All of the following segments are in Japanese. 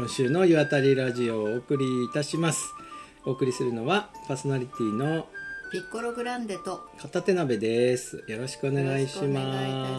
今週の湯あたりラジオをお送りいたします。お送りするのはパーソナリティのピッコログランデと片手鍋です。よろしくお願いします。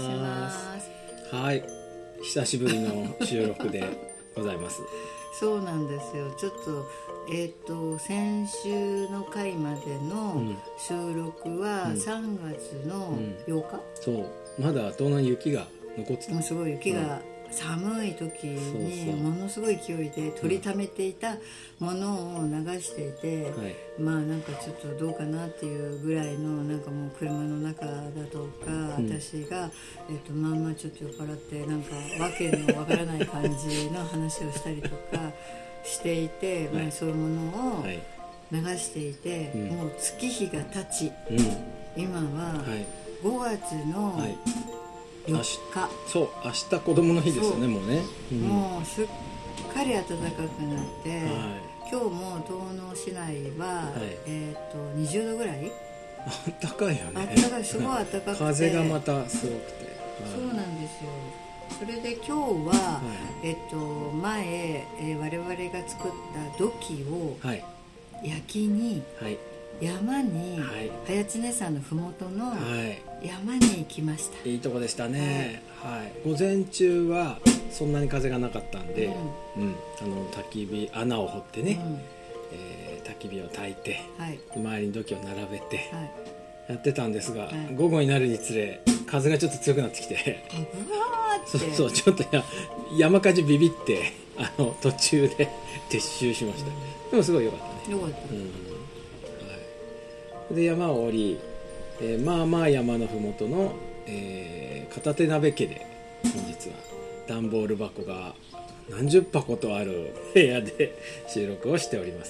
はい、久しぶりの収録でございますそうなんですよ。ちょっと先週の回までの収録は3月の8日、 そうまだ東南に雪が残ってた。 もうすごい雪が、寒い時にものすごい勢いで取りためていたものを流していて、まあなんかちょっとどうかなっていうぐらいのなんかもう車の中だとか、私がまあまあちょっと酔っ払ってなんかわけのわからない感じの話をしたりとかしていて、まあそういうものを流していて、もう月日が経ち、今は5月の4日、 そう明日子供の日ですよね。もうね、 もうすっかり暖かくなって、今日も遠野市内は、20度ぐらい暖かいよね。 暖かい、すごい暖かくて風がまたすごくて、 そうなんですよ。それで今日は、前、我々が作った土器を焼きに、山に、早知根山のふもとの山に行きました。 いいとこでしたね。午前中はそんなに風がなかったんで、焚き火穴を掘ってね、焚き火を焚いて、周りに土器を並べて、やってたんですが、午後になるにつれ風がちょっと強くなってきて、そうちょっと山火事ビビって途中で撤収しました。でもすごい良かったね。 良かった。 で山を降り、まあまあ山のふもとの、片手鍋家で本日は段ボール箱が何十箱とある部屋で収録をしております。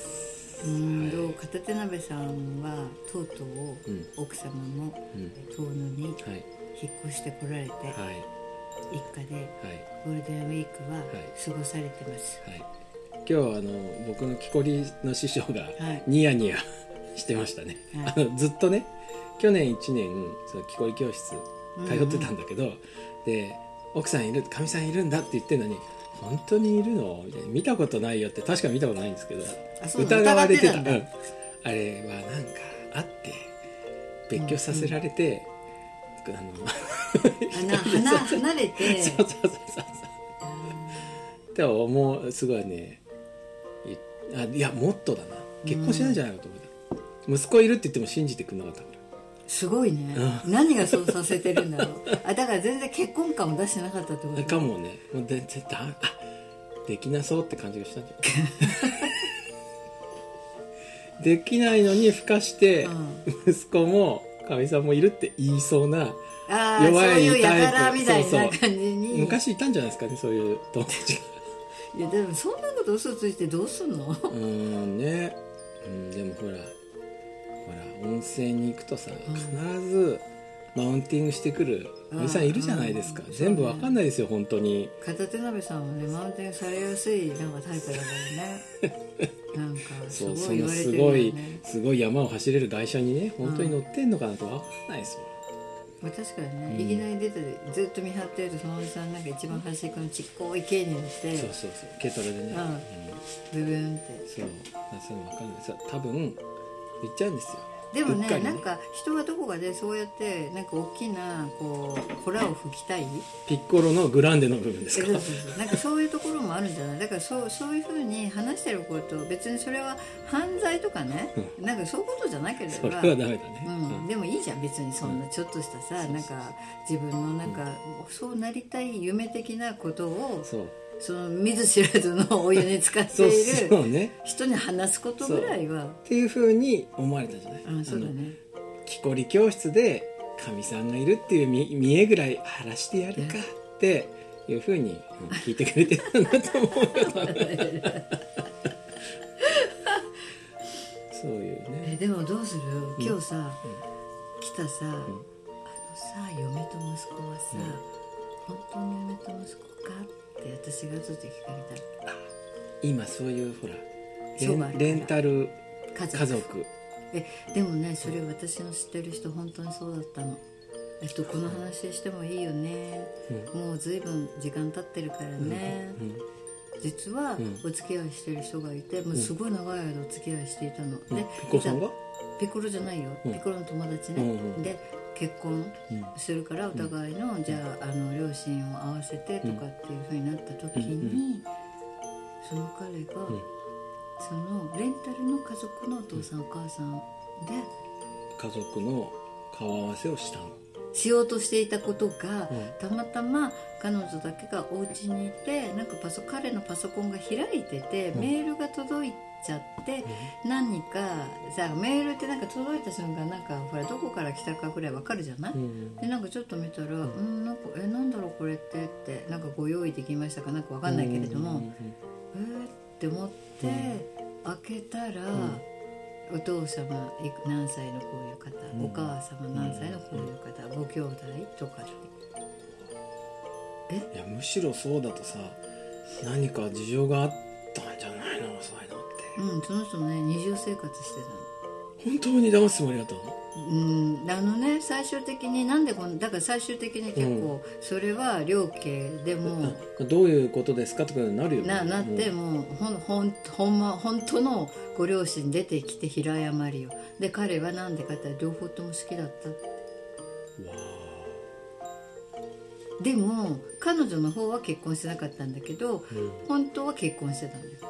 片手鍋さんはとうとう奥様も遠野に引っ越してこられて、一家でゴールデンウィークは過ごされてます。 今日は僕の木こりの師匠がニヤニヤしてましたね。ずっとね、去年1年その木こり教室通ってたんだけど、で奥さんいる、かみさんいるんだって言ってるのに、本当にいるのみたいな、見たことないよって、確かに見たことないんですけど、疑われてた。あれはなんかあって別居させられて、 離れてそうでももうすごいね、いやもっとだな、結婚しないんじゃないかと思った。息子いるって言っても信じてくれなかったから。 すごいね、何がそうさせてるんだろうだから全然結婚感を出してなかったってことかもね。もうできなそうって感じがしたんじゃないできないのにふかして、息子もかみさんもいるって言いそうな弱いタイプ、 そういうやからみたいな感じに昔いたんじゃないですかね、そういう友達がいやでもそんなこと嘘ついてどうすんのね。でもほら温泉に行くとさ、必ずマウンティングしてくるおじさんいるじゃないですか。全部わかんないですよ本当に。片手鍋さんはね、マウンティングされやすいなんかタイプだからねなんかすごい言われてるよね。 すごい山を走れる台車にね、本当に乗ってんのかなとわかんないですもん。 確かにね、いきなり出てずっと見張ってると、そのおじさんなんか一番端っこのちっこい池に乗って、 そう軽トラでね、 ブブンって、 そういうのわかんない。多分言っちゃうんですよ。 でもね、なんか人がどこかでそうやってなんか大きなこうホラを吹きたい、 ピッコロのグランデの部分ですか。 なんかそういうところもあるんじゃない。だからそういうふうに話してること、別にそれは犯罪とかね、なんかそういうことじゃなければそれはダメだね、 でもいいじゃん別に。そんなちょっとしたさ、なんか自分のなんかそうなりたい夢的なことを、その見ず知らずのお湯に使っている人に話すことぐらいはっていうふうに思われたじゃない。 そうだね。 木こり教室でかみさんがいるっていう見栄ぐらい晴らしてやるかっていうふうに聞いてくれてたんだと思うよそういうね。 でもどうする、今日さ、来たさ、嫁と息子はさ、本当に嫁と息子かって私がずっと聞かれた。 今そういうほらレンタル家族でもね、それ私の知ってる人本当にそうだったの。この話してもいいよね、もう随分時間経ってるからね、 実はお付き合いしてる人がいて、もうすごい長い間お付き合いしていたの、でピコさんがピコロじゃないよ、ピコロの友達ね、で結婚するからお互いの、じゃあ両親を合わせてとかっていう風になった時に、その彼が、そのレンタルの家族のお父さんお母さんで家族の顔合わせをしたのしようとしていたことが、たまたま彼女だけがお家にいて、なんか彼のパソコンが開いてて、メールが届いちゃって、何かさメールってなんか届いた瞬間、なんかほらどこから来たかぐらいわかるじゃない、でなんかちょっと見たら、なんかなんだろうこれってなんかご用意できましたかなんかわかんないけれども、って思って、開けたら、お父様何歳のこういう方、お母様何歳のこういう方、ご兄弟とかで、 いやむしろそうだとさ、何か事情があったんじゃないの、そういうのって。 その人ね二重生活してたの。 本当に騙すつもりだったの？ 最終的になんでだから最終的に結構、それは両家でもどういうことですかとかなるよね。 なってもう本当のご両親出てきて平謝りをで、彼はなんでかって両方とも好きだったって。でも彼女の方は結婚してなかったんだけど、本当は結婚してたんだよ。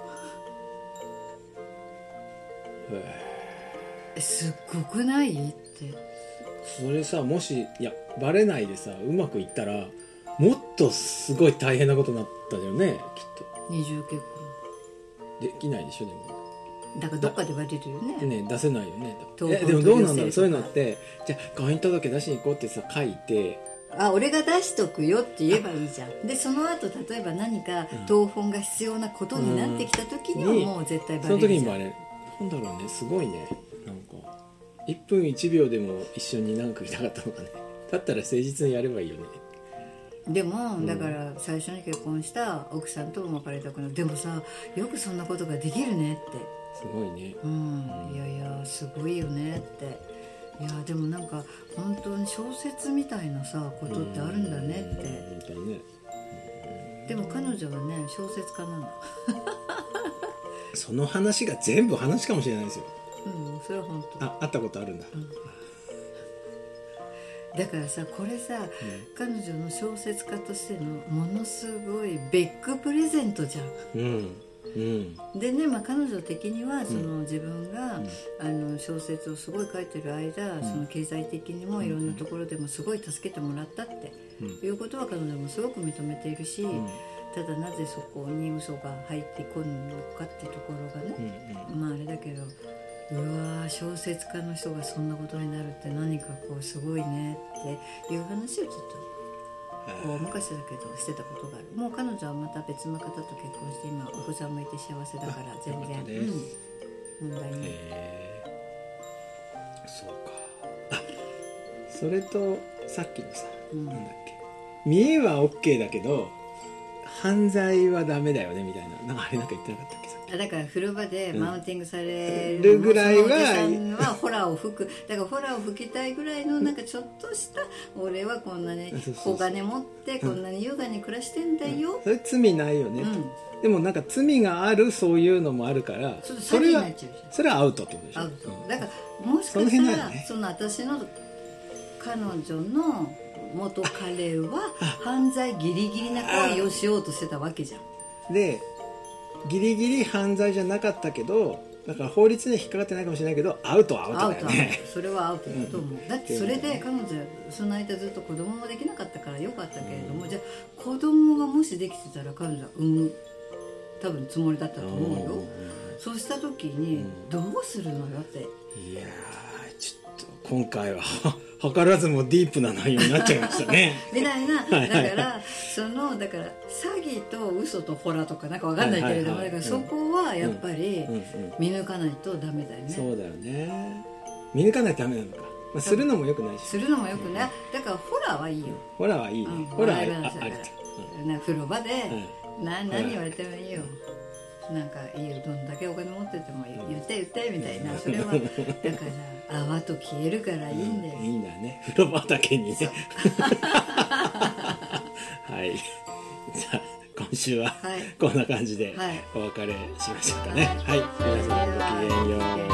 すっごくないって。 それさ、もしバレないでさうまくいったらもっとすごい大変なことになったよね、きっと。 二重結婚できないでしょ。でもだからどっかでバレるよね。 出せないよね。でもどうなんだろう、そういうのって。じゃあ婚姻届出しに行こうってさ書いて、 俺が出しとくよって言えばいいじゃん。でその後例えば何か謄本が必要なことになってきた時にはもう絶対バレるじゃん。 その時にバレる。なんだろうね、すごいね。なんか1分1秒でも一緒に何かいたかったのかね。だったら誠実にやればいいよね。でも、だから最初に結婚した奥さんとも別れたくない。でもさ、よくそんなことができるねって。 すごいね。 いやいやすごいよねって。いやでもなんか本当に小説みたいなさことってあるんだねって。 本当にね。 でも彼女はね小説家なの。 その話が全部話かもしれないですよ。 それは本当。 会ったことあるんだ。 だからさこれさ、彼女の小説家としてのものすごいビッグプレゼントじゃん。でね、彼女的にはその自分が、小説をすごい書いてる間、その経済的にもいろんなところでもすごい助けてもらったっていうことは彼女もすごく認めているし、ただなぜそこに嘘が入ってこるのかっていうところがね、あれだけど、うわー小説家の人がそんなことになるって何かこうすごいねっていう話をちょっと大昔だけどしてたことがある。もう彼女はまた別の方と結婚して今お子さんもいて幸せだから全然、問題ない。 そうか。それとさっきのさ、なんだっけ、見栄は OK だけど犯罪はダメだよねみたいな、なんか言ってなかったっけ。 だから風呂場でマウンティングされるぐらいは、そのおじさんはホラーを吹く。だからホラーを吹きたいぐらいのなんかちょっとした、俺はこんなに小金持ってこんなに優雅に暮らしてんだよ、 それ罪ないよね、でもなんか罪があるそういうのもあるから、それはアウトってことでしょ。 アウト。だからもしかしたらその私の彼女の元彼は犯罪ギリギリな行為をしようとしてたわけじゃん。 でギリギリ犯罪じゃなかったけど、だから法律には引っかかってないかもしれないけどアウトはアウトだよね。 それはアウトだと思う、だってそれで彼女その間ずっと子供もできなかったからよかったけれども、じゃあ子供がもしできてたら彼女は多分つもりだったと思うよ。そうした時にどうするのよって。 いやーちょっと今回は図らずもディープな内容になっちゃいましたね。 みたいな、だからだから詐欺と嘘とホラとかなんかわかんないけれども、だからそこはやっぱり見抜かないとダメだよね。 そうだよね。見抜かないとダメなのか。するのもよくないし。 するのもよくない。だからホラーはいいよ。 ホラーはいいね。ホラーはありと。 風呂場で何言われてもいいよ。なんかいいよ、どんだけお金持ってても言ってみたいな。それはだから泡と消えるからいいんだよ。 いいんだね、風呂場だけにね。はい、じゃあ今週週はこんな感じでお別れしましょうかね。はい、皆さんごきげんよう。